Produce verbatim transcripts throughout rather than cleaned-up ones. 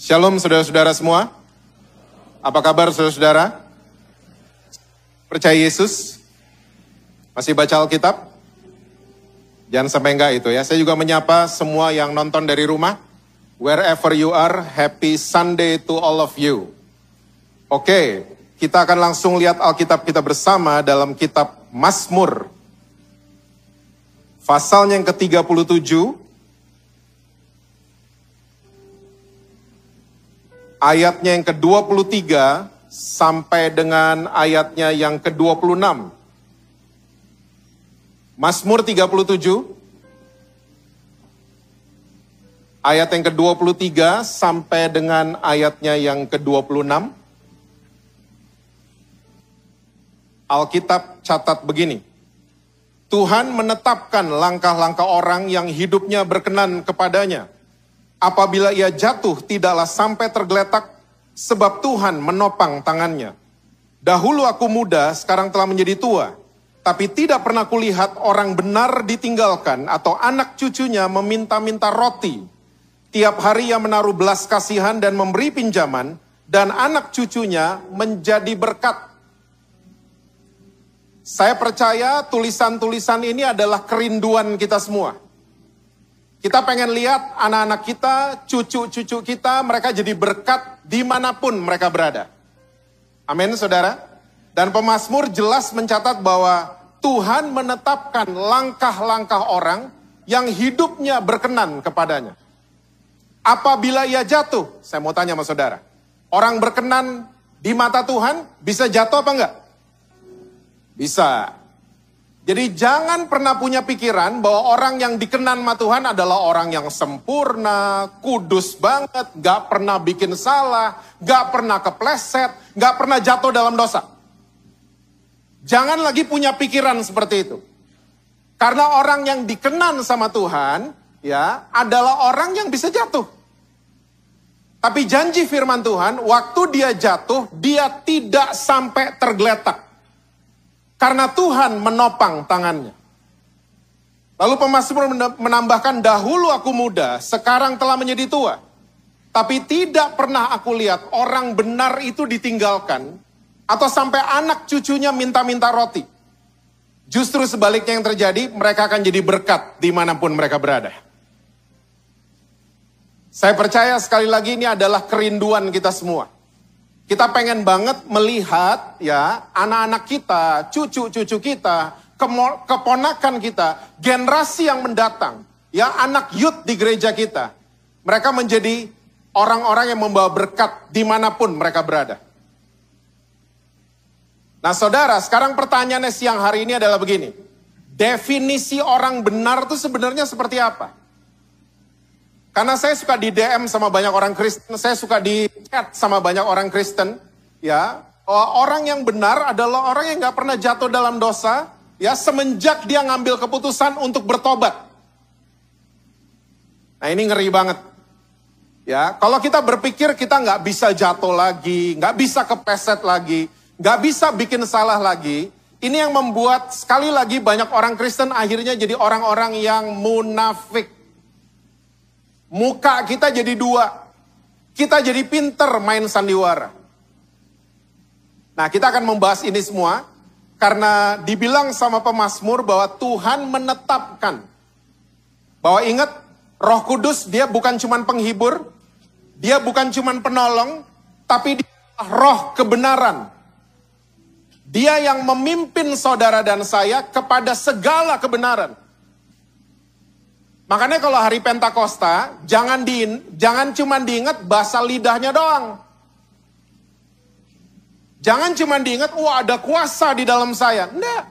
Shalom saudara-saudara semua. Apa kabar saudara-saudara? Percaya Yesus? Masih baca Alkitab? Jangan sampai enggak itu ya. Saya juga menyapa semua yang nonton dari rumah. Wherever you are, happy Sunday to all of you. Oke, kita akan langsung lihat Alkitab kita bersama dalam kitab Mazmur. Pasalnya yang ke tiga puluh tujuh. Ayatnya yang ke dua puluh tiga sampai dengan ayatnya yang ke dua puluh enam. Mazmur tiga puluh tujuh. Ayat yang ke dua puluh tiga sampai dengan ayatnya yang ke dua puluh enam. Alkitab catat begini. Tuhan menetapkan langkah-langkah orang yang hidupnya berkenan kepadanya. Apabila ia jatuh, tidaklah sampai tergeletak, sebab Tuhan menopang tangannya. Dahulu aku muda, sekarang telah menjadi tua, tapi tidak pernah kulihat orang benar ditinggalkan atau anak cucunya meminta-minta roti. Tiap hari ia menaruh belas kasihan dan memberi pinjaman, dan anak cucunya menjadi berkat. Saya percaya tulisan-tulisan ini adalah kerinduan kita semua. Kita pengen lihat anak-anak kita, cucu-cucu kita, mereka jadi berkat dimanapun mereka berada. Amin, saudara. Dan pemazmur jelas mencatat bahwa Tuhan menetapkan langkah-langkah orang yang hidupnya berkenan kepadanya. Apabila ia jatuh, saya mau tanya sama saudara, orang berkenan di mata Tuhan bisa jatuh apa enggak? Bisa. Jadi jangan pernah punya pikiran bahwa orang yang dikenan sama Tuhan adalah orang yang sempurna, kudus banget, gak pernah bikin salah, gak pernah kepleset, gak pernah jatuh dalam dosa. Jangan lagi punya pikiran seperti itu. Karena orang yang dikenan sama Tuhan, ya, adalah orang yang bisa jatuh. Tapi janji firman Tuhan, waktu dia jatuh, dia tidak sampai tergeletak. Karena Tuhan menopang tangannya. Lalu pemazmur menambahkan, dahulu aku muda, sekarang telah menjadi tua. Tapi tidak pernah aku lihat orang benar itu ditinggalkan, atau sampai anak cucunya minta-minta roti. Justru sebaliknya yang terjadi, mereka akan jadi berkat dimanapun mereka berada. Saya percaya sekali lagi ini adalah kerinduan kita semua. Kita pengen banget melihat ya anak-anak kita, cucu-cucu kita, keponakan kita, generasi yang mendatang, ya anak youth di gereja kita. Mereka menjadi orang-orang yang membawa berkat dimanapun mereka berada. Nah saudara, sekarang pertanyaannya siang hari ini adalah begini. Definisi orang benar itu sebenarnya seperti apa? Karena saya suka di D M sama banyak orang Kristen, saya suka di chat sama banyak orang Kristen, ya. Orang yang benar adalah orang yang gak pernah jatuh dalam dosa, ya, semenjak dia ngambil keputusan untuk bertobat. Nah ini ngeri banget. Ya, kalau kita berpikir kita gak bisa jatuh lagi, gak bisa kepleset lagi, gak bisa bikin salah lagi, ini yang membuat sekali lagi banyak orang Kristen akhirnya jadi orang-orang yang munafik. Muka kita jadi dua. Kita jadi pinter main sandiwara. Nah kita akan membahas ini semua. Karena dibilang sama pemazmur bahwa Tuhan menetapkan. Bahwa ingat, Roh Kudus dia bukan cuman penghibur. Dia bukan cuman penolong. Tapi dia roh kebenaran. Dia yang memimpin saudara dan saya kepada segala kebenaran. Makanya kalau hari Pentakosta, jangan di, jangan cuma diingat bahasa lidahnya doang. Jangan cuma diingat, wah ada kuasa di dalam saya. Enggak.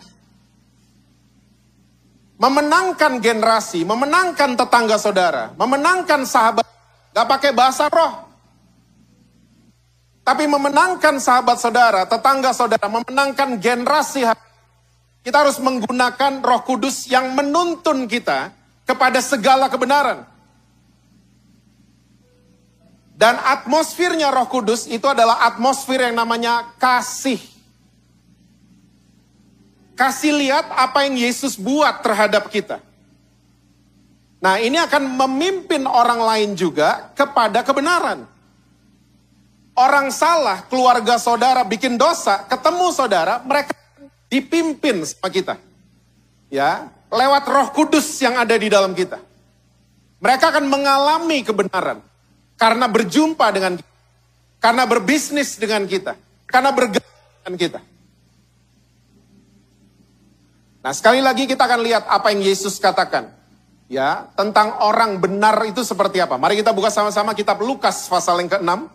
Memenangkan generasi, memenangkan tetangga saudara, memenangkan sahabat, gak pakai bahasa roh. Tapi memenangkan sahabat saudara, tetangga saudara, memenangkan generasi. Kita harus menggunakan Roh Kudus yang menuntun kita kepada segala kebenaran. Dan atmosfernya Roh Kudus itu adalah atmosfer yang namanya kasih. Kasih lihat apa yang Yesus buat terhadap kita. Nah ini akan memimpin orang lain juga kepada kebenaran. Orang salah, keluarga saudara bikin dosa, ketemu saudara, mereka dipimpin sama kita. Ya, lewat Roh Kudus yang ada di dalam kita. Mereka akan mengalami kebenaran karena berjumpa dengan kita, karena berbisnis dengan kita, karena bergaul dengan kita. Nah, sekali lagi kita akan lihat apa yang Yesus katakan. Ya, tentang orang benar itu seperti apa. Mari kita buka sama-sama kitab Lukas pasal yang keenam.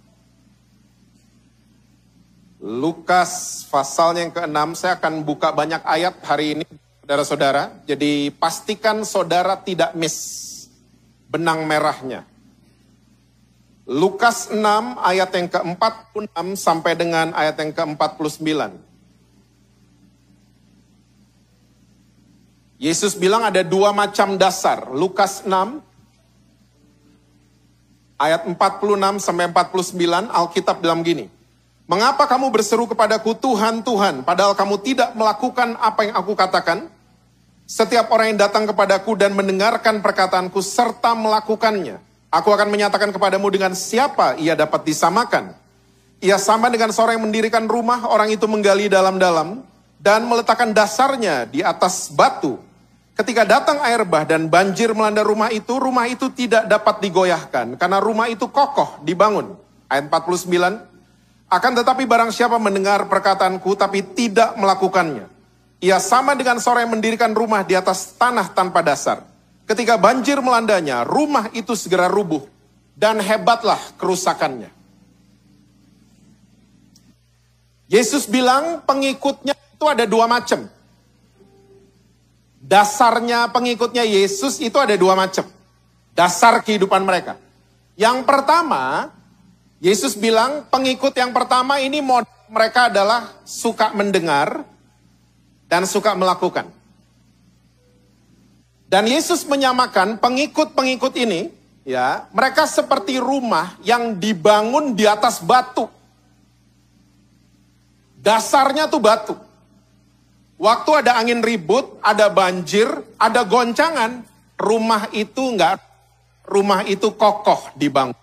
Lukas pasal yang keenam, saya akan buka banyak ayat hari ini, saudara-saudara. Jadi pastikan saudara tidak miss benang merahnya. Lukas enam ayat yang keempat puluh enam sampai dengan ayat yang keempat puluh sembilan. Yesus bilang ada dua macam dasar. Lukas enam ayat empat puluh enam sampai empat puluh sembilan, Alkitab bilang gini. Mengapa kamu berseru kepadaku Tuhan, Tuhan, padahal kamu tidak melakukan apa yang aku katakan? Setiap orang yang datang kepadaku dan mendengarkan perkataanku serta melakukannya, aku akan menyatakan kepadamu dengan siapa ia dapat disamakan. Ia sama dengan seorang yang mendirikan rumah, orang itu menggali dalam-dalam dan meletakkan dasarnya di atas batu. Ketika datang air bah dan banjir melanda rumah itu, rumah itu tidak dapat digoyahkan karena rumah itu kokoh dibangun. Ayat empat puluh sembilan, akan tetapi barang siapa mendengar perkataanku tapi tidak melakukannya, ia sama dengan seorang yang mendirikan rumah di atas tanah tanpa dasar. Ketika banjir melandanya, rumah itu segera rubuh dan hebatlah kerusakannya. Yesus bilang pengikutnya itu ada dua macam. Dasarnya pengikutnya Yesus itu ada dua macam. Dasar kehidupan mereka. Yang pertama, Yesus bilang pengikut yang pertama ini model mereka adalah suka mendengar dan suka melakukan. Dan Yesus menyamakan pengikut-pengikut ini, ya, mereka seperti rumah yang dibangun di atas batu. Dasarnya tuh batu. Waktu ada angin ribut, ada banjir, ada goncangan, rumah itu enggak, rumah itu kokoh dibangun.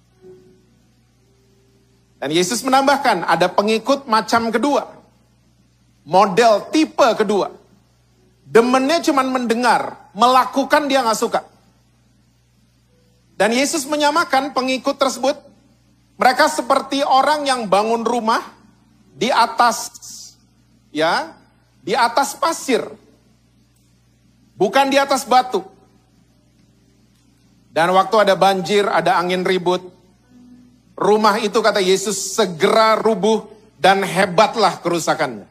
Dan Yesus menambahkan, ada pengikut macam kedua. Model tipe kedua. Demennya cuma mendengar, melakukan dia nggak suka. Dan Yesus menyamakan pengikut tersebut, mereka seperti orang yang bangun rumah di atas, ya, di atas pasir, bukan di atas batu. Dan waktu ada banjir, ada angin ribut, rumah itu kata Yesus segera rubuh dan hebatlah kerusakannya.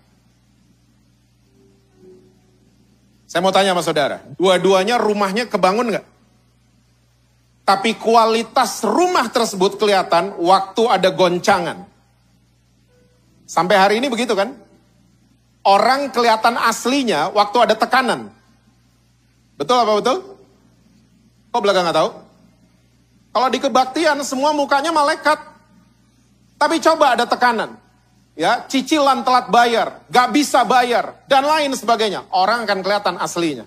Saya mau tanya sama saudara, dua-duanya rumahnya kebangun nggak? Tapi kualitas rumah tersebut kelihatan waktu ada goncangan. Sampai hari ini begitu kan? Orang kelihatan aslinya waktu ada tekanan. Betul apa betul? Kok belakang nggak tahu? Kalau di kebaktian semua mukanya malaikat. Tapi coba ada tekanan. Ya, cicilan telat bayar, gak bisa bayar, dan lain sebagainya. Orang akan kelihatan aslinya.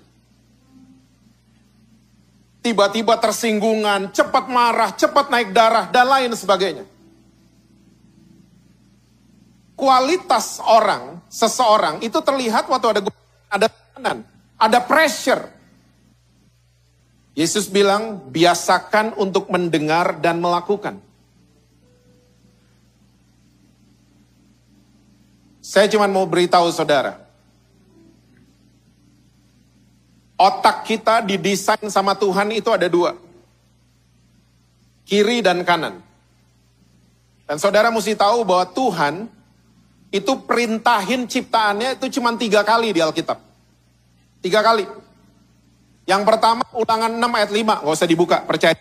Tiba-tiba tersinggungan, cepat marah, cepat naik darah, dan lain sebagainya. Kualitas orang, seseorang, itu terlihat waktu ada ada tekanan, ada pressure. Yesus bilang, biasakan untuk mendengar dan melakukan. Saya cuma mau beritahu saudara. Otak kita didesain sama Tuhan itu ada dua. Kiri dan kanan. Dan saudara mesti tahu bahwa Tuhan itu perintahin ciptaannya itu cuma tiga kali di Alkitab. Tiga kali. Yang pertama Ulangan enam ayat lima. Gak usah dibuka, percaya.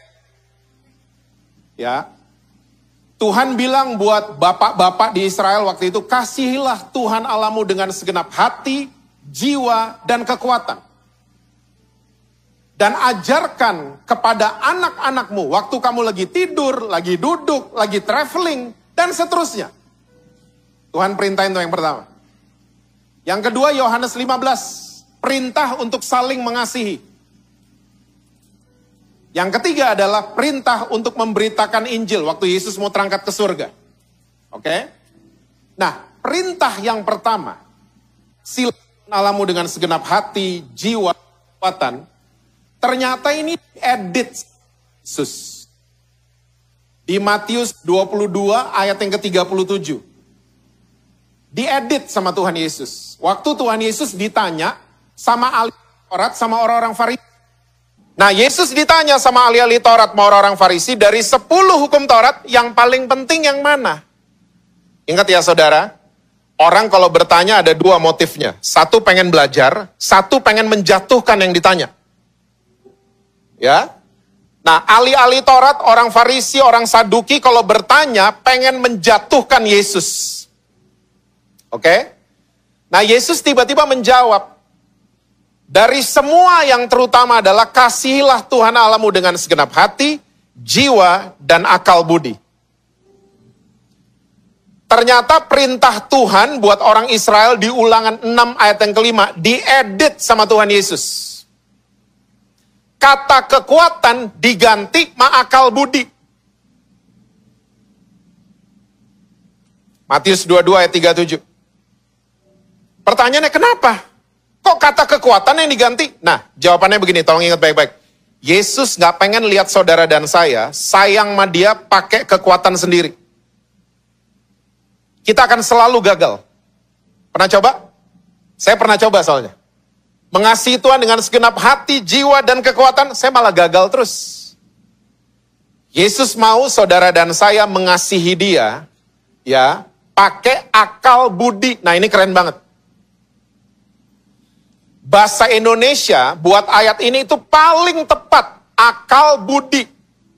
Ya. Tuhan bilang buat bapak-bapak di Israel waktu itu, kasihilah Tuhan Allahmu dengan segenap hati, jiwa, dan kekuatan. Dan ajarkan kepada anak-anakmu waktu kamu lagi tidur, lagi duduk, lagi traveling, dan seterusnya. Tuhan perintahin itu yang pertama. Yang kedua Yohanes lima belas, perintah untuk saling mengasihi. Yang ketiga adalah perintah untuk memberitakan Injil waktu Yesus mau terangkat ke surga. Oke? Nah, perintah yang pertama, silakan Allahmu dengan segenap hati, jiwa, kekuatan. Ternyata ini edit Yesus. Di Matius dua puluh dua ayat yang ke tiga puluh tujuh. Diedit sama Tuhan Yesus. Waktu Tuhan Yesus ditanya sama ahli Taurat, sama orang-orang Farisi. Nah, Yesus ditanya sama ahli-ahli Taurat, sama orang-orang Farisi, dari sepuluh hukum Taurat, yang paling penting yang mana? Ingat ya saudara, orang kalau bertanya ada dua motifnya. Satu pengen belajar, satu pengen menjatuhkan yang ditanya. Ya. Nah, ahli-ahli Taurat, orang Farisi, orang Saduki kalau bertanya pengen menjatuhkan Yesus. Oke? Nah, Yesus tiba-tiba menjawab, dari semua yang terutama adalah kasihilah Tuhan Allahmu dengan segenap hati, jiwa, dan akal budi. Ternyata perintah Tuhan buat orang Israel di Ulangan enam ayat yang kelima diedit sama Tuhan Yesus. Kata kekuatan diganti ma akal budi. Matius dua puluh dua ayat tiga puluh tujuh. Pertanyaannya kenapa? Kok kata kekuatan yang diganti? Nah, jawabannya begini, tolong ingat baik-baik. Yesus gak pengen lihat saudara dan saya sayang sama dia pakai kekuatan sendiri. Kita akan selalu gagal. Pernah coba? Saya pernah coba soalnya. Mengasihi Tuhan dengan segenap hati, jiwa, dan kekuatan, saya malah gagal terus. Yesus mau saudara dan saya mengasihi dia, ya, pakai akal budi. Nah, ini keren banget. Bahasa Indonesia buat ayat ini itu paling tepat, akal budi.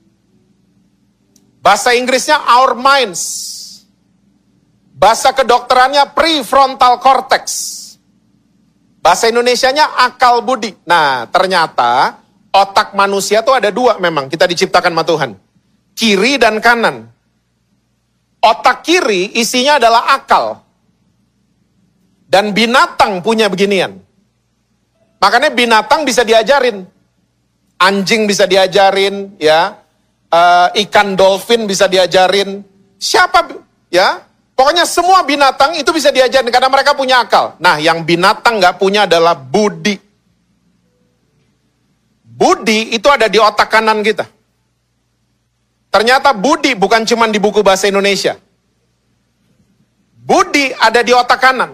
Bahasa Inggrisnya our minds. Bahasa kedokterannya prefrontal cortex. Bahasa Indonesianya akal budi. Nah, ternyata otak manusia tuh ada dua memang, kita diciptakan sama Tuhan. Kiri dan kanan. Otak kiri isinya adalah akal. Dan binatang punya beginian. Makanya binatang bisa diajarin. Anjing bisa diajarin, ya. Uh, ikan dolphin bisa diajarin. Siapa, ya. Pokoknya semua binatang itu bisa diajarin karena mereka punya akal. Nah, yang binatang nggak punya adalah budi. Budi itu ada di otak kanan kita. Ternyata budi bukan cuma di buku bahasa Indonesia. Budi ada di otak kanan.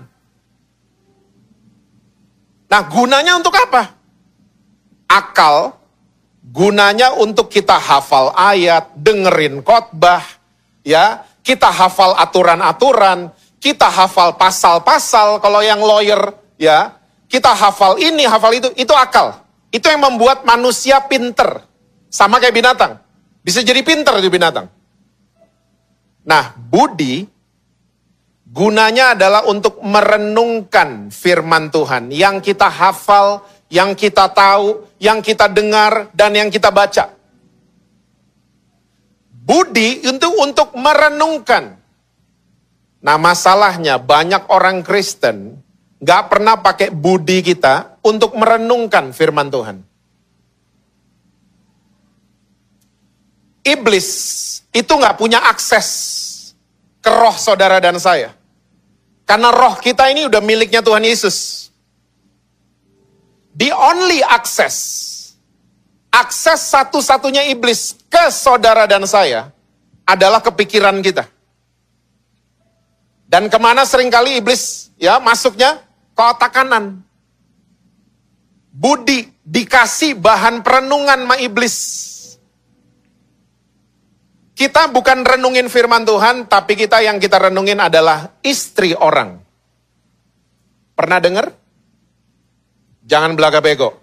Nah, gunanya untuk apa? Akal, gunanya untuk kita hafal ayat, dengerin khotbah, ya, kita hafal aturan-aturan, kita hafal pasal-pasal, kalau yang lawyer, ya, kita hafal ini, hafal itu, itu akal. Itu yang membuat manusia pinter. Sama kayak binatang. Bisa jadi pinter di binatang. Nah, budi, gunanya adalah untuk merenungkan firman Tuhan. Yang kita hafal, yang kita tahu, yang kita dengar, dan yang kita baca. Budi itu untuk merenungkan. Nah, masalahnya banyak orang Kristen gak pernah pakai budi kita untuk merenungkan firman Tuhan. Iblis itu gak punya akses ke roh saudara dan saya. Karena roh kita ini udah miliknya Tuhan Yesus. The only access, akses satu-satunya iblis ke saudara dan saya adalah kepikiran kita. Dan kemana seringkali iblis ya masuknya? Ke otak kanan. Budi dikasih bahan perenungan sama iblis. Kita bukan renungin firman Tuhan, tapi kita yang kita renungin adalah istri orang. Pernah dengar? Jangan belaga bego.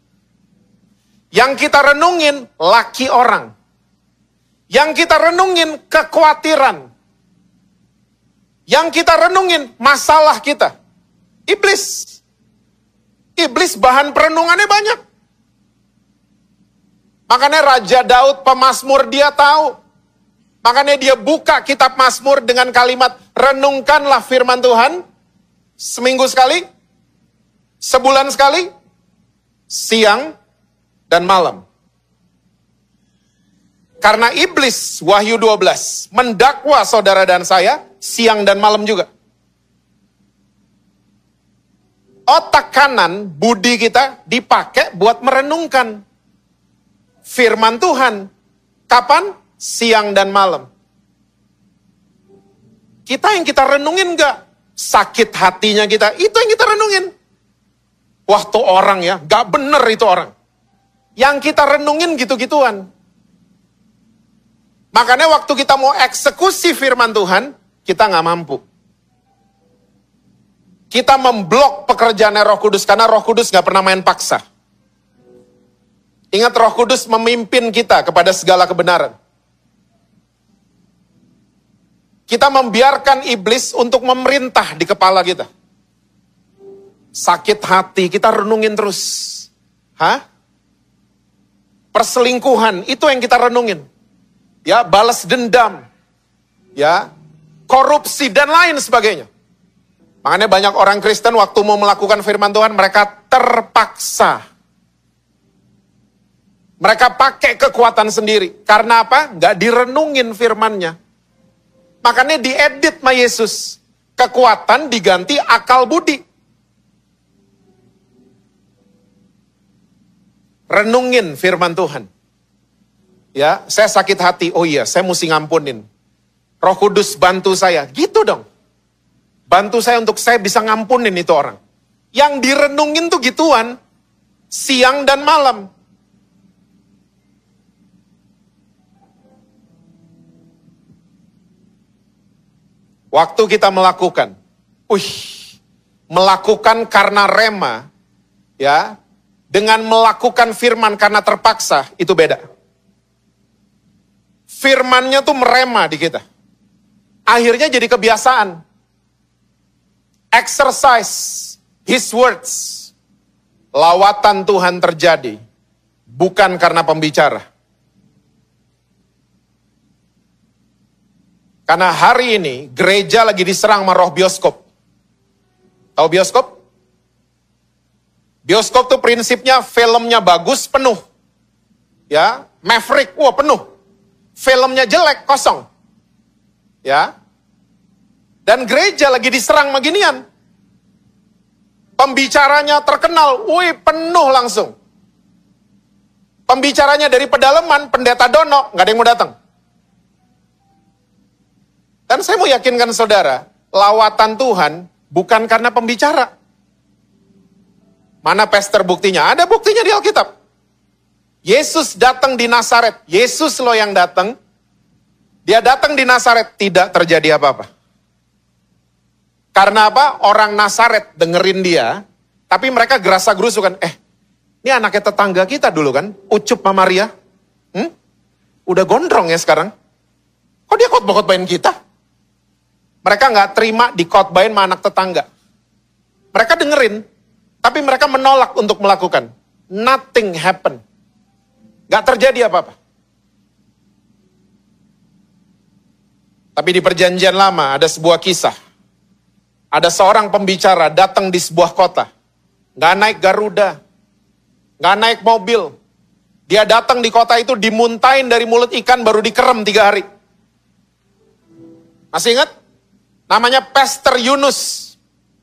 Yang kita renungin, laki orang. Yang kita renungin, kekhawatiran. Yang kita renungin, masalah kita. Iblis. Iblis bahan perenungannya banyak. Makanya Raja Daud, pemazmur, dia tahu. Makanya dia buka kitab Mazmur dengan kalimat, renungkanlah firman Tuhan, seminggu sekali, sebulan sekali, siang, dan malam. Karena iblis, Wahyu dua belas, mendakwa saudara dan saya siang dan malam juga. Otak kanan, budi kita dipakai buat merenungkan firman Tuhan. Kapan? Siang dan malam. Kita yang kita renungin enggak? Sakit hatinya kita, itu yang kita renungin. Wah tuh orang ya, gak bener itu orang. Yang kita renungin gitu-gituan. Makanya waktu kita mau eksekusi firman Tuhan, kita gak mampu. Kita memblok pekerjaannya Roh Kudus, karena Roh Kudus gak pernah main paksa. Ingat, Roh Kudus memimpin kita kepada segala kebenaran. Kita membiarkan iblis untuk memerintah di kepala kita. Sakit hati, kita renungin terus. Hah? Perselingkuhan, itu yang kita renungin. Ya, balas dendam. Ya, korupsi dan lain sebagainya. Makanya banyak orang Kristen waktu mau melakukan firman Tuhan, mereka terpaksa. Mereka pakai kekuatan sendiri. Karena apa? Nggak direnungin firmannya. Makanya diedit sama Yesus. Kekuatan diganti akal budi. Renungin firman Tuhan. Ya, saya sakit hati. Oh iya, saya mesti ngampunin. Roh Kudus bantu saya. Gitu dong. Bantu saya untuk saya bisa ngampunin itu orang. Yang direnungin tuh gituan. Siang dan malam. Waktu kita melakukan, wih, melakukan karena rema, ya, dengan melakukan firman karena terpaksa, itu beda. Firmannya tuh merema di kita. Akhirnya jadi kebiasaan. Exercise His words. Lawatan Tuhan terjadi, bukan karena pembicara. Karena hari ini gereja lagi diserang sama roh bioskop. Tahu bioskop? Bioskop tuh prinsipnya filmnya bagus, penuh. Ya, Maverick, wah penuh. Filmnya jelek, kosong. Ya. Dan gereja lagi diserang beginian. Pembicaranya terkenal, wih penuh langsung. Pembicaranya dari pedalaman, pendeta Dono, nggak ada yang mau datang. Dan saya mau yakinkan saudara, lawatan Tuhan bukan karena pembicara. Mana pester buktinya? Ada buktinya di Alkitab. Yesus datang di Nazaret. Yesus loh yang datang. Dia datang di Nazaret, tidak terjadi apa-apa. Karena apa? Orang Nazaret dengerin dia, tapi mereka gerasa-gerusu kan. Eh, ini anaknya tetangga kita dulu kan, Ucup sama Maria. Hmm? Udah gondrong ya sekarang. Kok dia khotbah-khotbahin kita? Mereka nggak terima dikhotbahin sama anak tetangga. Mereka dengerin, tapi mereka menolak untuk melakukan. Nothing happen. Nggak terjadi apa-apa. Tapi di perjanjian lama ada sebuah kisah. Ada seorang pembicara datang di sebuah kota. Nggak naik Garuda. Nggak naik mobil. Dia datang di kota itu dimuntahin dari mulut ikan baru dikerem tiga hari. Masih ingat? Namanya Pastor Yunus.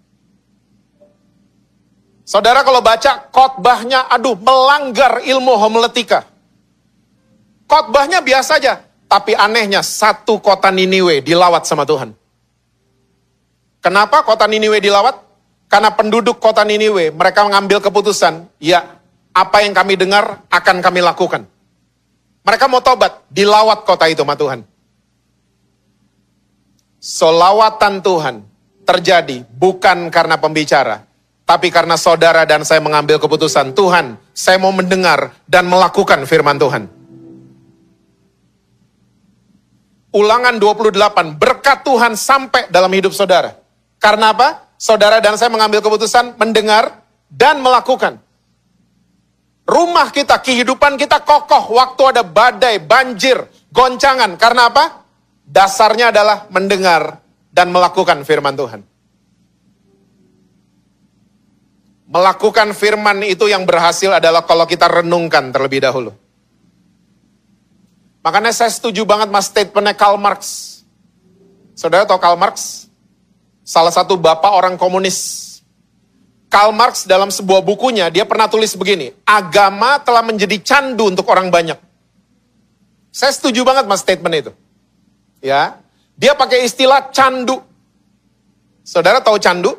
Saudara kalau baca khotbahnya, aduh melanggar ilmu homiletika. Khotbahnya biasa aja. Tapi anehnya satu kota Niniwe dilawat sama Tuhan. Kenapa kota Niniwe dilawat? Karena penduduk kota Niniwe, mereka mengambil keputusan, ya apa yang kami dengar akan kami lakukan. Mereka mau tobat, dilawat kota itu sama Tuhan. Solawatan Tuhan terjadi bukan karena pembicara, tapi karena saudara dan saya mengambil keputusan, Tuhan, saya mau mendengar dan melakukan firman Tuhan. Ulangan dua puluh delapan, berkat Tuhan sampai dalam hidup saudara. Karena apa? Saudara dan saya mengambil keputusan, mendengar dan melakukan. Rumah kita, kehidupan kita kokoh waktu ada badai, banjir, goncangan. Karena apa? Dasarnya adalah mendengar dan melakukan firman Tuhan. Melakukan firman itu yang berhasil adalah kalau kita renungkan terlebih dahulu. Makanya saya setuju banget mas statementnya Karl Marx. Saudara tahu Karl Marx? Salah satu bapak orang komunis. Karl Marx dalam sebuah bukunya, dia pernah tulis begini, agama telah menjadi candu untuk orang banyak. Saya setuju banget mas statement itu. Ya, dia pakai istilah candu. Saudara tahu candu?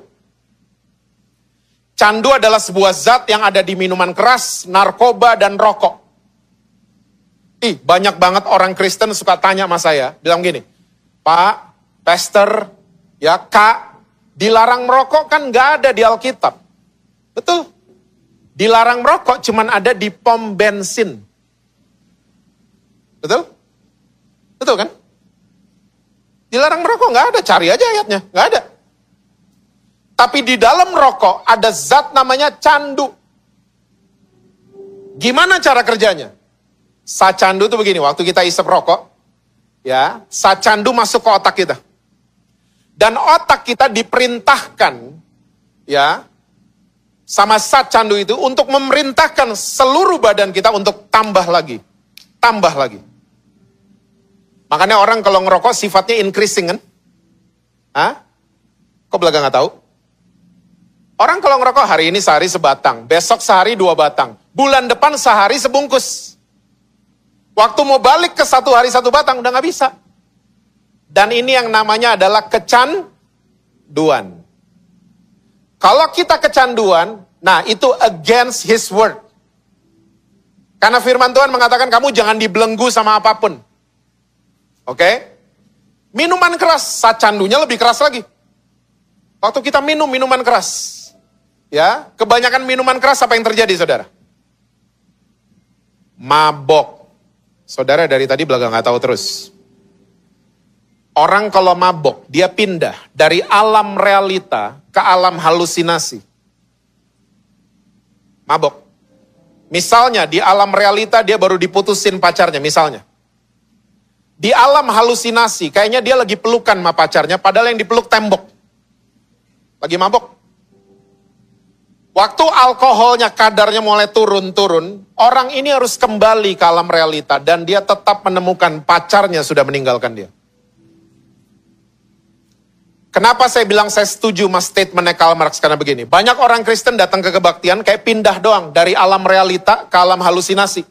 Candu adalah sebuah zat yang ada di minuman keras, narkoba, dan rokok. Ih, banyak banget orang Kristen suka tanya sama saya, bilang gini, Pak, Pastor, ya Kak, dilarang merokok kan nggak ada di Alkitab. Betul. Dilarang merokok cuman ada di pom bensin. Betul? Betul kan? Dilarang merokok nggak ada, cari aja ayatnya, nggak ada. Tapi di dalam rokok ada zat namanya candu. Gimana cara kerjanya? Zat candu itu begini, waktu kita isep rokok, ya, zat candu masuk ke otak kita. Dan otak kita diperintahkan, ya, sama zat candu itu untuk memerintahkan seluruh badan kita untuk tambah lagi, tambah lagi. Makanya orang kalau ngerokok sifatnya increasing kan? Hah? Kok belaga nggak tahu? Orang kalau ngerokok hari ini sehari sebatang, besok sehari dua batang, bulan depan sehari sebungkus. Waktu mau balik ke satu hari satu batang udah nggak bisa. Dan ini yang namanya adalah kecanduan. Kalau kita kecanduan, nah itu against his word. Karena firman Tuhan mengatakan kamu jangan dibelenggu sama apapun. Oke? Okay? Minuman keras, saat candunya lebih keras lagi. Waktu kita minum minuman keras, ya, kebanyakan minuman keras apa yang terjadi, saudara? Mabok. Saudara dari tadi belaga nggak tahu terus. Orang kalau mabok, dia pindah dari alam realita ke alam halusinasi. Mabok. Misalnya di alam realita dia baru diputusin pacarnya, misalnya. Di alam halusinasi, kayaknya dia lagi pelukan sama pacarnya, padahal yang dipeluk tembok. Lagi mabok. Waktu alkoholnya kadarnya mulai turun-turun, orang ini harus kembali ke alam realita dan dia tetap menemukan pacarnya sudah meninggalkan dia. Kenapa saya bilang saya setuju sama statementnya Karl Marx? Karena begini, banyak orang Kristen datang ke kebaktian kayak pindah doang dari alam realita ke alam halusinasi.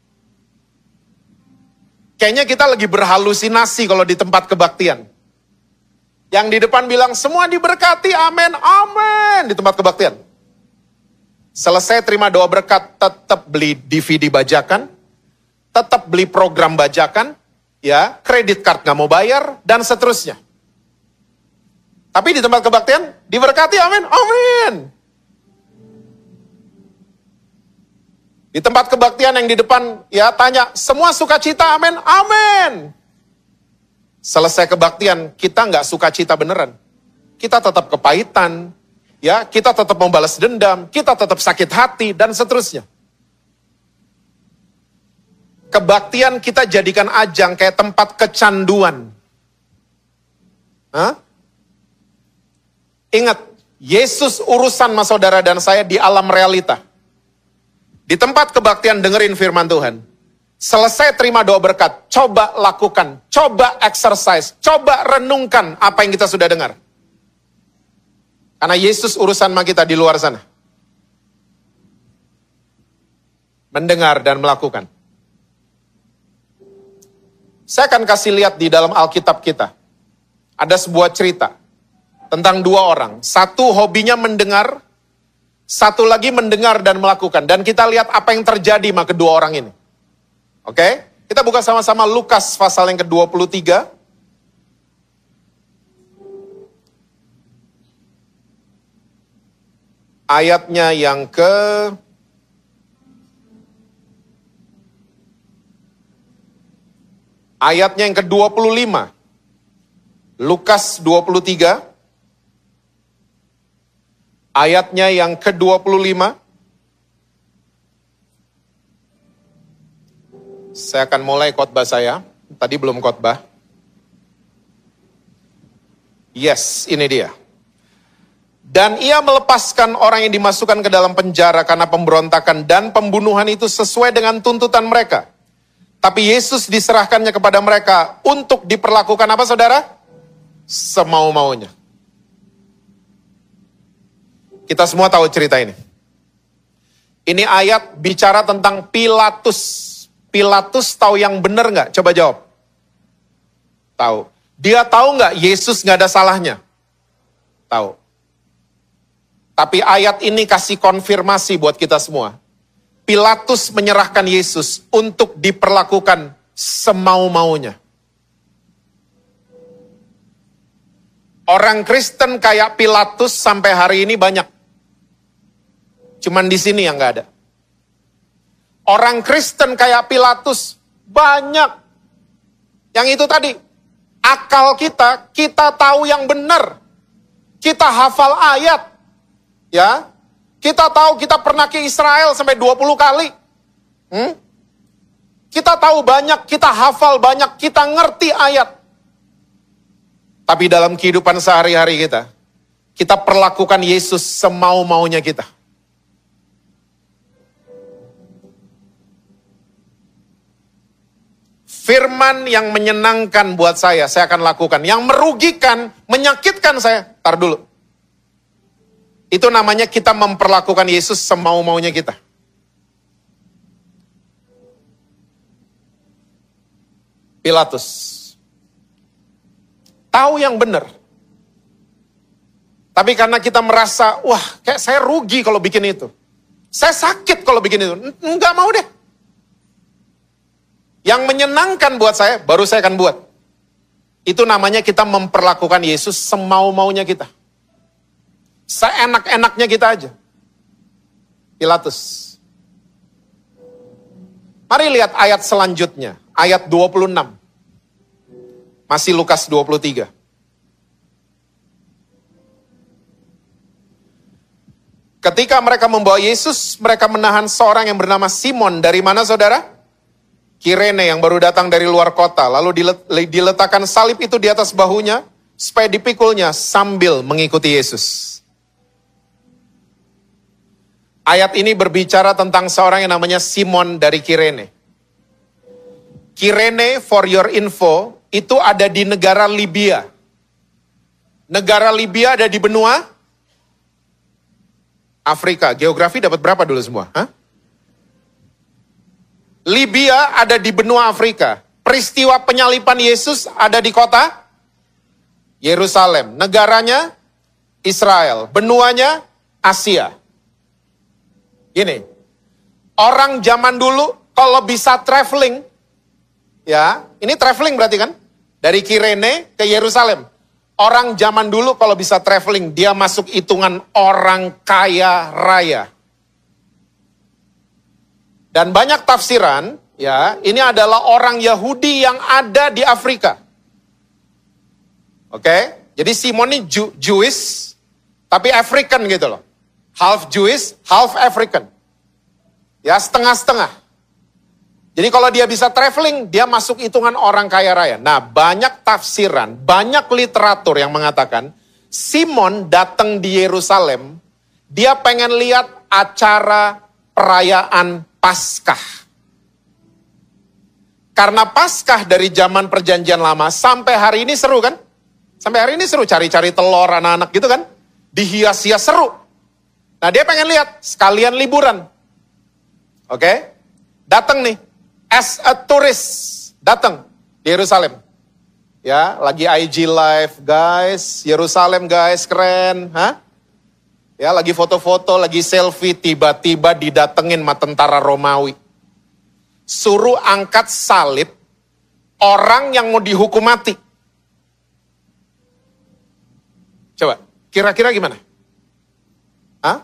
Kayaknya kita lagi berhalusinasi kalau di tempat kebaktian. Yang di depan bilang semua diberkati, amin, amin, di tempat kebaktian. Selesai terima doa berkat, tetap beli D V D bajakan, tetap beli program bajakan, ya, kredit card nggak mau bayar, dan seterusnya. Tapi di tempat kebaktian, diberkati, amin, amin. Di tempat kebaktian yang di depan, ya tanya, semua sukacita, amin, amin. Selesai kebaktian, kita nggak sukacita beneran. Kita tetap kepahitan, ya, kita tetap membalas dendam, kita tetap sakit hati, dan seterusnya. Kebaktian kita jadikan ajang kayak tempat kecanduan. Hah? Ingat, Yesus urusan sama saudara dan saya di alam realita. Di tempat kebaktian dengerin firman Tuhan. Selesai terima doa berkat, coba lakukan, coba exercise, coba renungkan apa yang kita sudah dengar. Karena Yesus urusan sama kita di luar sana. Mendengar dan melakukan. Saya akan kasih lihat di dalam Alkitab kita. Ada sebuah cerita tentang dua orang. Satu hobinya mendengar, satu lagi mendengar dan melakukan. Dan kita lihat apa yang terjadi sama kedua orang ini. Oke? Kita buka sama-sama Lukas pasal yang ke dua puluh tiga. Ayatnya yang ke Ayatnya yang ke dua puluh lima. Lukas dua puluh tiga. Ayatnya yang ke dua puluh lima. Saya akan mulai khotbah saya. Tadi belum khotbah. Yes, ini dia. Dan ia melepaskan orang yang dimasukkan ke dalam penjara karena pemberontakan dan pembunuhan itu sesuai dengan tuntutan mereka. Tapi Yesus diserahkannya kepada mereka untuk diperlakukan apa saudara? Semau-maunya. Kita semua tahu cerita ini. Ini ayat bicara tentang Pilatus. Pilatus tahu yang benar nggak? Coba jawab. Tahu. Dia tahu nggak Yesus nggak ada salahnya? Tahu. Tapi ayat ini kasih konfirmasi buat kita semua. Pilatus menyerahkan Yesus untuk diperlakukan semau-maunya. Orang Kristen kayak Pilatus sampai hari ini banyak. Cuman di sini yang gak ada. Orang Kristen kayak Pilatus banyak. Yang itu tadi, akal kita, kita tahu yang benar. Kita hafal ayat. Ya, kita tahu kita pernah ke Israel sampai dua puluh kali. Hmm? Kita tahu banyak, kita hafal banyak, kita ngerti ayat. Tapi dalam kehidupan sehari-hari kita, kita perlakukan Yesus semau-maunya kita. Firman yang menyenangkan buat saya, saya akan lakukan. Yang merugikan, menyakitkan saya, tar dulu. Itu namanya kita memperlakukan Yesus semau-maunya kita. Pilatus tahu yang benar. Tapi karena kita merasa, wah kayak saya rugi kalau bikin itu. Saya sakit kalau bikin itu. Enggak mau deh. Yang menyenangkan buat saya, baru saya akan buat. Itu namanya kita memperlakukan Yesus semau-maunya kita. Seenak-enaknya kita aja. Pilatus. Mari lihat ayat selanjutnya. Ayat dua puluh enam. Masih Lukas dua puluh tiga. Ketika mereka membawa Yesus, mereka menahan seorang yang bernama Simon. Dari mana saudara? Kirene yang baru datang dari luar kota. Lalu diletakkan salib itu di atas bahunya, supaya dipikulnya sambil mengikuti Yesus. Ayat ini berbicara tentang seorang yang namanya Simon dari Kirene. Kirene, for your info, itu ada di negara Libya. Negara Libya ada di benua Afrika. Geografi dapat berapa dulu semua? Hah? Libya ada di benua Afrika. Peristiwa penyalipan Yesus ada di kota Yerusalem. Negaranya Israel. Benuanya Asia. Gini, orang zaman dulu kalau bisa traveling, ya, ini traveling berarti kan? Dari Kirene ke Yerusalem. Orang zaman dulu kalau bisa traveling, dia masuk hitungan orang kaya raya. Dan banyak tafsiran, ya, ini adalah orang Yahudi yang ada di Afrika. Oke, jadi Simon ini Jew, Jewish, tapi African gitu loh. Half Jewish, half African. Ya, setengah-setengah. Jadi kalau dia bisa traveling, dia masuk hitungan orang kaya raya. Nah, banyak tafsiran, banyak literatur yang mengatakan, Simon datang di Yerusalem, dia pengen lihat acara perayaan Paskah. Karena Paskah dari zaman perjanjian lama sampai hari ini seru kan? Sampai hari ini seru, cari-cari telur anak-anak gitu kan? Dihias-hias seru. Nah, dia pengen lihat, sekalian liburan. Oke? Okay? Datang nih, as a tourist, datang di Yerusalem. Ya, lagi I G live, guys. Yerusalem, guys, keren. Hah? Ya, lagi foto-foto, lagi selfie, tiba-tiba didatengin sama tentara Romawi. Suruh angkat salib orang yang mau dihukum mati. Coba, kira-kira gimana? Hah?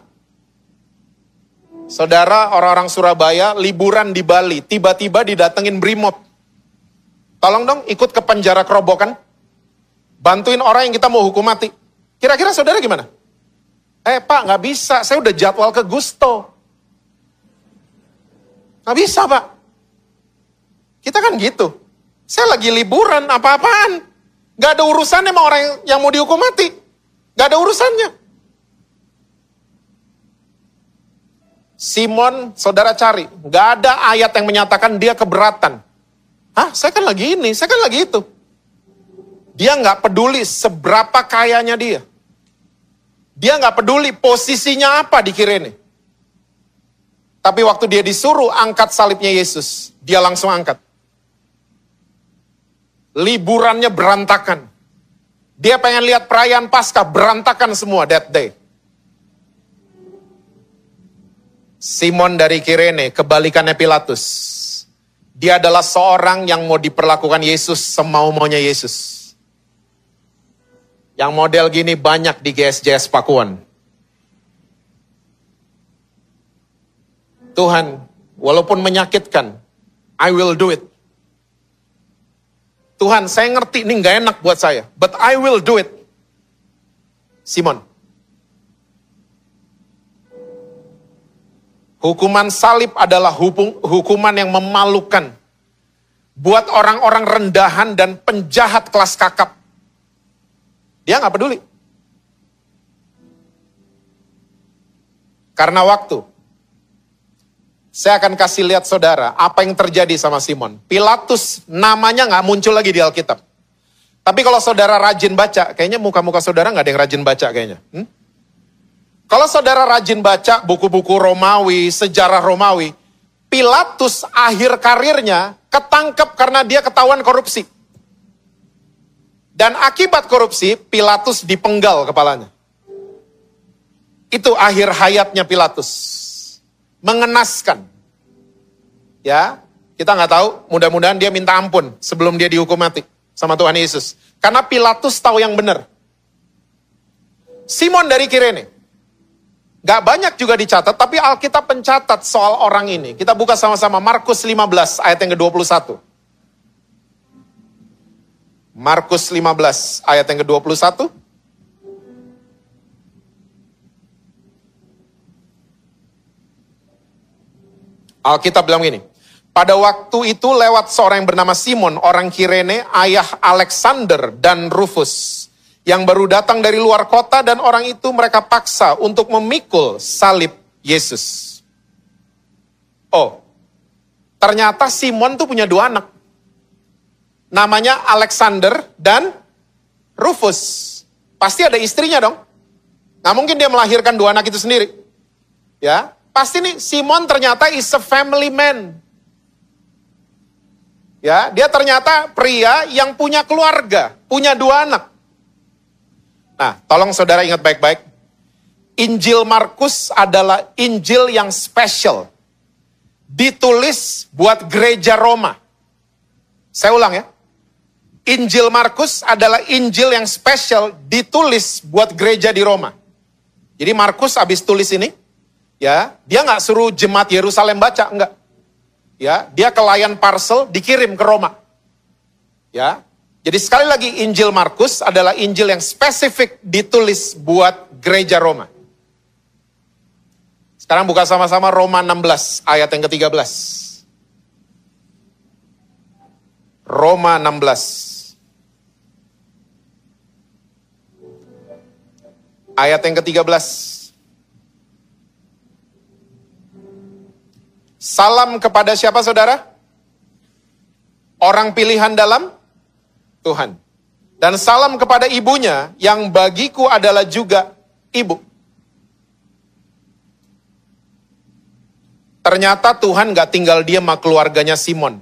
Saudara, orang-orang Surabaya liburan di Bali, tiba-tiba didatengin Brimob. Tolong dong ikut ke penjara kerobokan. Bantuin orang yang kita mau hukum mati. Kira-kira saudara gimana? Eh pak, gak bisa, saya udah jadwal ke Gusto. Gak bisa pak. Kita kan gitu. Saya lagi liburan, apa-apaan. Gak ada urusannya sama orang yang, yang mau dihukum mati. Gak ada urusannya. Simon, saudara cari, gak ada ayat yang menyatakan dia keberatan Hah, saya kan lagi ini, saya kan lagi itu. Dia nggak peduli seberapa kayanya dia. Dia nggak peduli posisinya apa di Kirene. Tapi waktu dia disuruh angkat salibnya Yesus, dia langsung angkat. Liburannya berantakan. Dia pengen lihat perayaan Paskah, berantakan semua that day. Simon dari Kirene, kebalikannya Pilatus. Dia adalah seorang yang mau diperlakukan Yesus semau-maunya Yesus. Yang model gini banyak di G S J S Pakuan. Tuhan, walaupun menyakitkan, I will do it. Tuhan, saya ngerti ini gak enak buat saya, but I will do it. Simon. Hukuman salib adalah hukum, hukuman yang memalukan. Buat orang-orang rendahan dan penjahat kelas kakap. Dia gak peduli. Karena waktu. Saya akan kasih lihat saudara, apa yang terjadi sama Simon. Pilatus namanya gak muncul lagi di Alkitab. Tapi kalau saudara rajin baca, kayaknya muka-muka saudara gak ada yang rajin baca kayaknya. Hmm? Kalau saudara rajin baca buku-buku Romawi, sejarah Romawi, Pilatus akhir karirnya ketangkep karena dia ketahuan korupsi. Dan akibat korupsi, Pilatus dipenggal kepalanya. Itu akhir hayatnya Pilatus. Mengenaskan. Ya, kita nggak tahu, mudah-mudahan dia minta ampun sebelum dia dihukum mati sama Tuhan Yesus. Karena Pilatus tahu yang benar. Simon dari Kirene. Gak banyak juga dicatat, tapi Alkitab pencatat soal orang ini. Kita buka sama-sama Markus lima belas ayat yang ke dua puluh satu. Markus lima belas ayat yang ke dua puluh satu. Alkitab bilang gini. Pada waktu itu lewat seorang yang bernama Simon, orang Kirene, ayah Alexander dan Rufus. Yang baru datang dari luar kota dan orang itu mereka paksa untuk memikul salib Yesus. Oh, ternyata Simon tuh punya dua anak. Namanya Alexander dan Rufus. Pasti ada istrinya dong. Nggak mungkin dia melahirkan dua anak itu sendiri. Ya, pasti nih Simon ternyata is a family man. Ya, dia ternyata pria yang punya keluarga, punya dua anak. Nah, tolong saudara ingat baik-baik. Injil Markus adalah Injil yang spesial. Ditulis buat gereja Roma. Saya ulang ya. Injil Markus adalah Injil yang spesial ditulis buat gereja di Roma. Jadi Markus habis tulis ini, ya, dia nggak suruh jemaat Yerusalem baca, enggak. Ya, dia kelayan parcel dikirim ke Roma. Ya. Jadi sekali lagi Injil Markus adalah Injil yang spesifik ditulis buat gereja Roma. Sekarang buka sama-sama Roma enam belas ayat yang ke tiga belas. Roma enam belas. Ayat yang ke tiga belas. Salam kepada siapa saudara? Orang pilihan dalam Tuhan. Dan salam kepada ibunya yang bagiku adalah juga ibu. Ternyata Tuhan gak tinggal diam sama keluarganya Simon.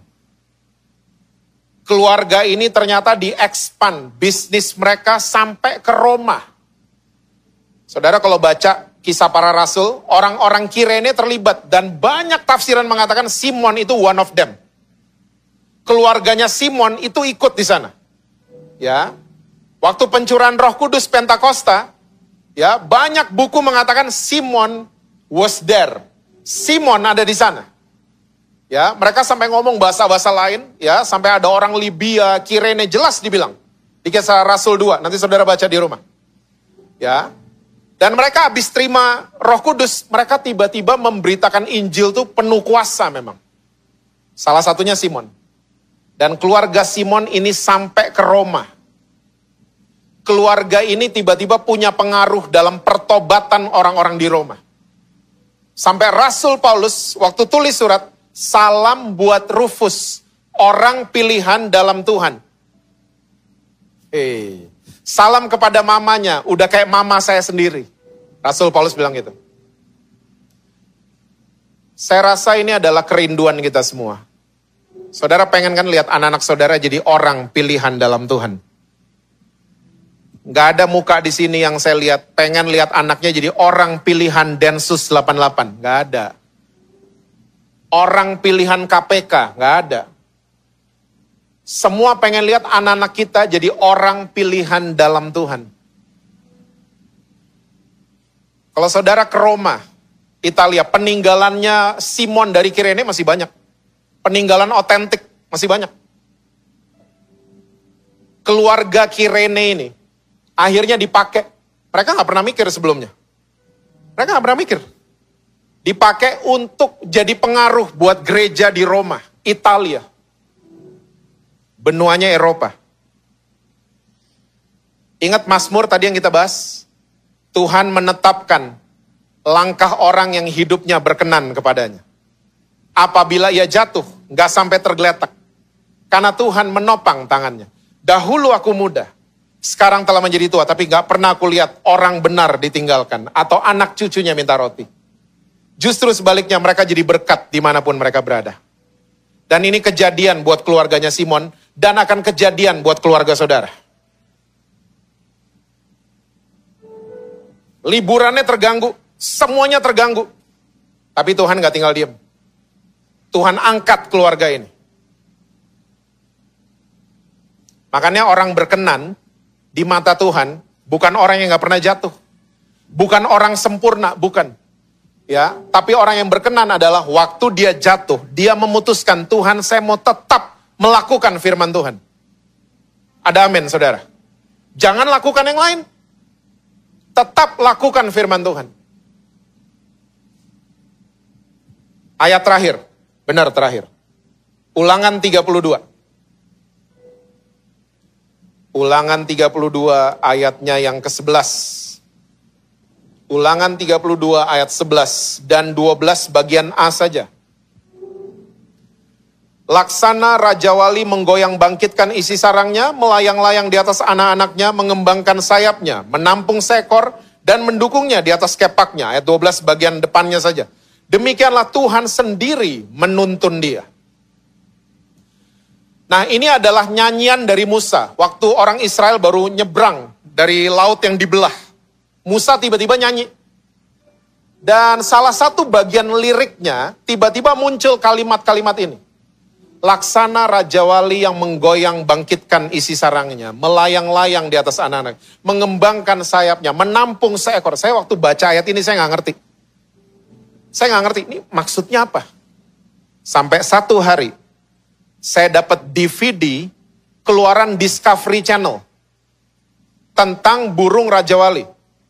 Keluarga ini ternyata diekspan bisnis mereka sampai ke Roma. Saudara kalau baca Kisah Para Rasul, orang-orang Kirene terlibat dan banyak tafsiran mengatakan Simon itu one of them. Keluarganya Simon itu ikut di sana. Ya, waktu pencurahan Roh Kudus Pentakosta, ya, banyak buku mengatakan Simon was there. Simon ada di sana. Ya, mereka sampai ngomong bahasa-bahasa lain, ya, sampai ada orang Libya, Kirene jelas dibilang. Di Kisah Rasul dua, nanti saudara baca di rumah. Ya. Dan mereka habis terima Roh Kudus, mereka tiba-tiba memberitakan Injil tuh penuh kuasa memang. Salah satunya Simon. Dan keluarga Simon ini sampai ke Roma. Keluarga ini tiba-tiba punya pengaruh dalam pertobatan orang-orang di Roma. Sampai Rasul Paulus waktu tulis surat, salam buat Rufus, orang pilihan dalam Tuhan. Eh, salam kepada mamanya, udah kayak mama saya sendiri. Rasul Paulus bilang gitu. Saya rasa ini adalah kerinduan kita semua. Saudara pengen kan lihat anak-anak saudara jadi orang pilihan dalam Tuhan. Gak ada muka di sini yang saya lihat, pengen lihat anaknya jadi orang pilihan Densus delapan puluh delapan. Gak ada. Orang pilihan K P K, gak ada. Semua pengen lihat anak-anak kita jadi orang pilihan dalam Tuhan. Kalau saudara ke Roma, Italia, peninggalannya Simon dari Kirene masih banyak. Peninggalan otentik masih banyak. Keluarga Kirene ini akhirnya dipakai. Mereka gak pernah mikir sebelumnya. Mereka gak pernah mikir. Dipakai untuk jadi pengaruh buat gereja di Roma, Italia. Benuanya Eropa. Ingat Mazmur tadi yang kita bahas? Tuhan menetapkan langkah orang yang hidupnya berkenan kepadanya. Apabila ia jatuh, gak sampai tergeletak. Karena Tuhan menopang tangannya. Dahulu aku muda, sekarang telah menjadi tua, tapi gak pernah aku lihat orang benar ditinggalkan. Atau anak cucunya minta roti. Justru sebaliknya mereka jadi berkat dimanapun mereka berada. Dan ini kejadian buat keluarganya Simon, dan akan kejadian buat keluarga saudara. Liburannya terganggu, semuanya terganggu. Tapi Tuhan gak tinggal diam. Tuhan angkat keluarga ini. Makanya orang berkenan di mata Tuhan bukan orang yang gak pernah jatuh. Bukan orang sempurna, bukan. Ya, tapi orang yang berkenan adalah waktu dia jatuh, dia memutuskan, Tuhan saya mau tetap melakukan firman Tuhan. Ada amin, saudara. Jangan lakukan yang lain. Tetap lakukan firman Tuhan. Ayat terakhir. Benar terakhir. Ulangan tiga puluh dua. Ulangan tiga puluh dua ayatnya yang ke sebelas. Ulangan tiga puluh dua ayat sebelas dan dua belas bagian A saja. Laksana Raja Wali menggoyang bangkitkan isi sarangnya, melayang-layang di atas anak-anaknya, mengembangkan sayapnya, menampung seekor, dan mendukungnya di atas kepaknya. Ayat dua belas bagian depannya saja. Demikianlah Tuhan sendiri menuntun dia. Nah, ini adalah nyanyian dari Musa. Waktu orang Israel baru nyebrang dari laut yang dibelah. Musa tiba-tiba nyanyi. Dan salah satu bagian liriknya, tiba-tiba muncul kalimat-kalimat ini. Laksana Raja Wali yang menggoyang bangkitkan isi sarangnya, melayang-layang di atas anak-anak, mengembangkan sayapnya, menampung seekor. Saya waktu baca ayat ini saya nggak ngerti. Saya nggak ngerti, ini maksudnya apa? Sampai satu hari, saya dapat D V D keluaran Discovery Channel tentang burung Raja Wali.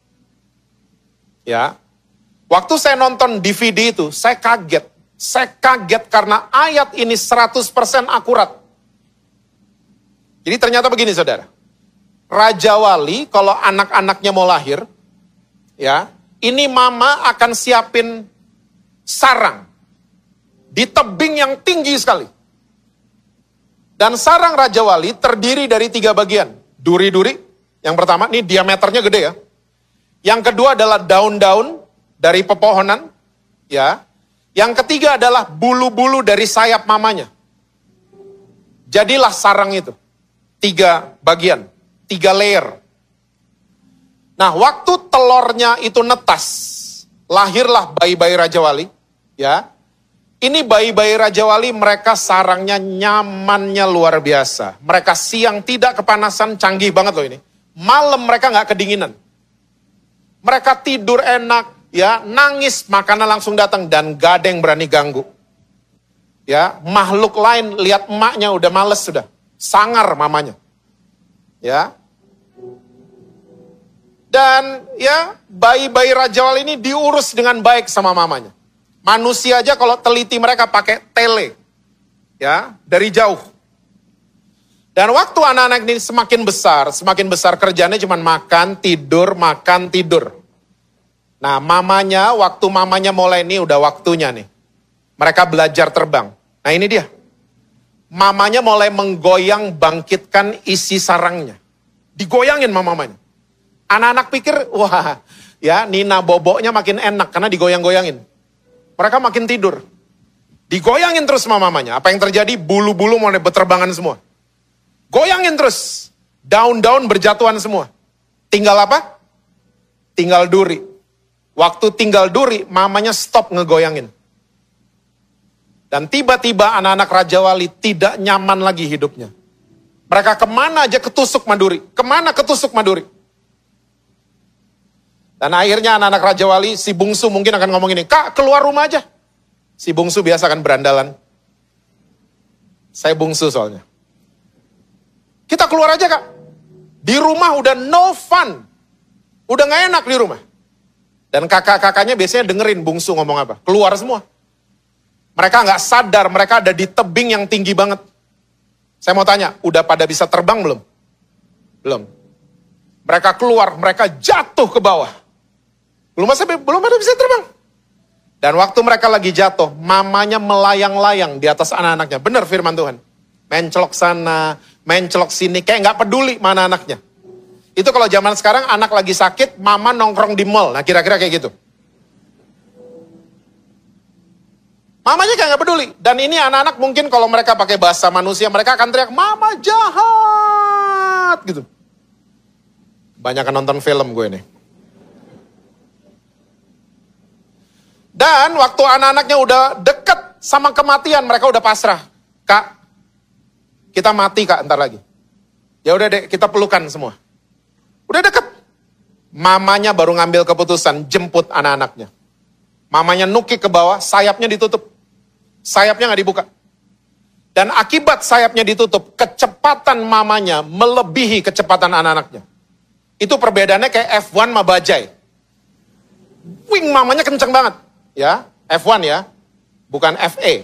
Ya, waktu saya nonton D V D itu, saya kaget. Saya kaget karena ayat ini seratus persen akurat. Jadi ternyata begini saudara. Raja Wali kalau anak-anaknya mau lahir, ya, ini mama akan siapin sarang di tebing yang tinggi sekali. Dan sarang Raja Wali terdiri dari tiga bagian. Duri-duri, yang pertama, ini diameternya gede ya. Yang kedua adalah daun-daun dari pepohonan, ya. Yang ketiga adalah bulu-bulu dari sayap mamanya. Jadilah sarang itu. Tiga bagian, tiga layer. Nah, waktu telurnya itu netas, lahirlah bayi-bayi Raja Wali, ya. Ini bayi-bayi Raja Wali, mereka sarangnya nyamannya luar biasa. Mereka siang tidak kepanasan, canggih banget loh ini. Malam mereka nggak kedinginan. Mereka tidur enak, ya, nangis, makanan langsung datang dan gak ada yang berani ganggu. Ya, makhluk lain lihat emaknya udah males sudah, sangar mamanya. Ya. Dan ya, bayi-bayi Raja Wali ini diurus dengan baik sama mamanya. Manusia aja kalau teliti mereka pakai tele. Ya, dari jauh. Dan waktu anak-anak ini semakin besar, semakin besar kerjanya cuma makan, tidur, makan, tidur. Nah, mamanya, waktu mamanya mulai ini udah waktunya nih. Mereka belajar terbang. Nah, ini dia. mamanya mulai menggoyang bangkitkan isi sarangnya. Digoyangin sama mamanya. Anak-anak pikir, wah ya Nina boboknya makin enak karena digoyang-goyangin. Mereka makin tidur. Digoyangin terus sama mamanya. Apa yang terjadi? Bulu-bulu mulai berterbangan semua. Goyangin terus. Daun-daun berjatuhan semua. Tinggal apa? Tinggal duri. Waktu tinggal duri, mamanya stop ngegoyangin. Dan tiba-tiba anak-anak Raja Wali tidak nyaman lagi hidupnya. Mereka kemana aja ketusuk maduri. Kemana ketusuk maduri. Dan akhirnya anak-anak Raja Wali, si bungsu mungkin akan ngomong ini, Kak keluar rumah aja. Si bungsu biasa kan berandalan. Saya bungsu soalnya. Kita keluar aja Kak. Di rumah udah no fun. Udah gak enak di rumah. Dan kakak-kakaknya biasanya dengerin bungsu ngomong apa. Keluar semua. Mereka gak sadar, mereka ada di tebing yang tinggi banget. Saya mau tanya, udah pada bisa terbang belum? Belum. Mereka keluar, mereka jatuh ke bawah. Belum masa, belum ada bisa terbang. Dan waktu mereka lagi jatuh, mamanya melayang-layang di atas anak-anaknya. Benar firman Tuhan. Mencelok sana, mencelok sini, kayak gak peduli mana anaknya. Itu kalau zaman sekarang anak lagi sakit, mama nongkrong di mall. Nah kira-kira kayak gitu. Mamanya kayak gak peduli. Dan ini anak-anak mungkin kalau mereka pakai bahasa manusia, mereka akan teriak, Mama jahat! Gitu. Banyak nonton film gue nih. Dan waktu anak-anaknya udah deket sama kematian, mereka udah pasrah. Kak, kita mati kak ntar lagi. Ya udah deh, kita pelukan semua. Udah deket. Mamanya baru ngambil keputusan, jemput anak-anaknya. Mamanya nukik ke bawah, sayapnya ditutup. Sayapnya gak dibuka. Dan akibat sayapnya ditutup, kecepatan mamanya melebihi kecepatan anak-anaknya. Itu perbedaannya kayak F satu sama bajai. Wing mamanya kenceng banget. Ya, F satu ya. Bukan F A.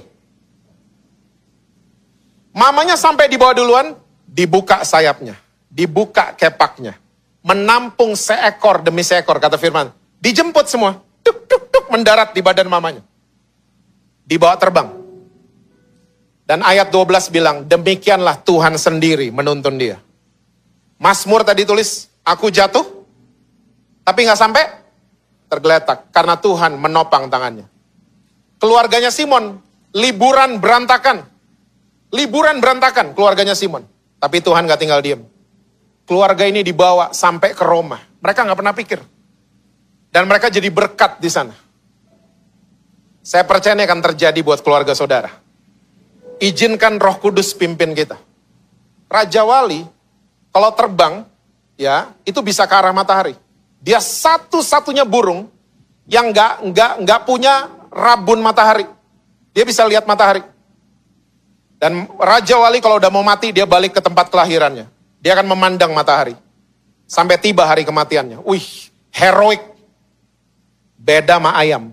Mamanya sampai di bawah duluan, dibuka sayapnya. Dibuka kepaknya. Menampung seekor demi seekor, kata firman. Dijemput semua. Tuk, tuk, tuk, mendarat di badan mamanya. Dibawa terbang. Dan ayat dua belas bilang, demikianlah Tuhan sendiri menuntun dia. Mazmur tadi tulis, aku jatuh, tapi gak sampai tergeletak. Karena Tuhan menopang tangannya. Keluarganya Simon, liburan berantakan. Liburan berantakan keluarganya Simon. Tapi Tuhan gak tinggal diam. Keluarga ini dibawa sampai ke Roma. Mereka gak pernah pikir. Dan mereka jadi berkat di sana. Saya percaya ini akan terjadi buat keluarga saudara. Izinkan Roh Kudus pimpin kita. Raja Wali, kalau terbang, ya itu bisa ke arah matahari. Dia satu-satunya burung yang nggak nggak nggak punya rabun matahari. Dia bisa lihat matahari. Dan Raja Wali kalau udah mau mati, dia balik ke tempat kelahirannya. Dia akan memandang matahari. Sampai tiba hari kematiannya. Wih, heroik. Beda sama ayam.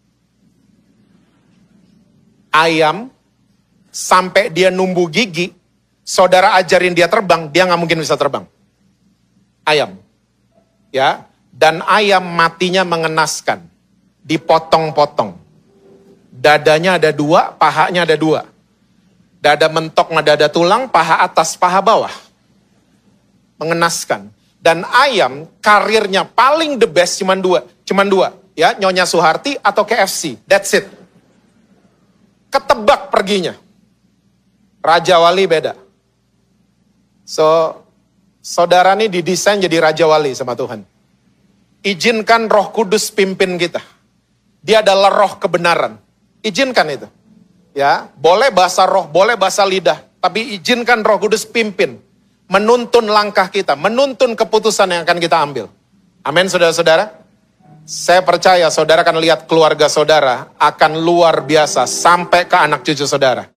Ayam, sampai dia numbuh gigi, saudara ajarin dia terbang, dia nggak mungkin bisa terbang. Ayam. Ya, dan ayam matinya mengenaskan. Dipotong-potong. Dadanya ada dua, pahanya ada dua. Dada mentok sama dada tulang, paha atas, paha bawah. Mengenaskan. Dan ayam karirnya paling the best cuman dua. Cuman dua. Ya, Nyonya Suharti atau K F C. That's it. Ketebak perginya. Raja Wali beda. So, saudara ini didesain jadi Raja Wali sama Tuhan. Izinkan Roh Kudus pimpin kita. Dia adalah roh kebenaran. Izinkan itu. Ya, boleh bahasa roh, boleh bahasa lidah. Tapi izinkan Roh Kudus pimpin. Menuntun langkah kita. Menuntun keputusan yang akan kita ambil. Amin, saudara-saudara. Saya percaya saudara akan lihat keluarga saudara akan luar biasa sampai ke anak cucu saudara.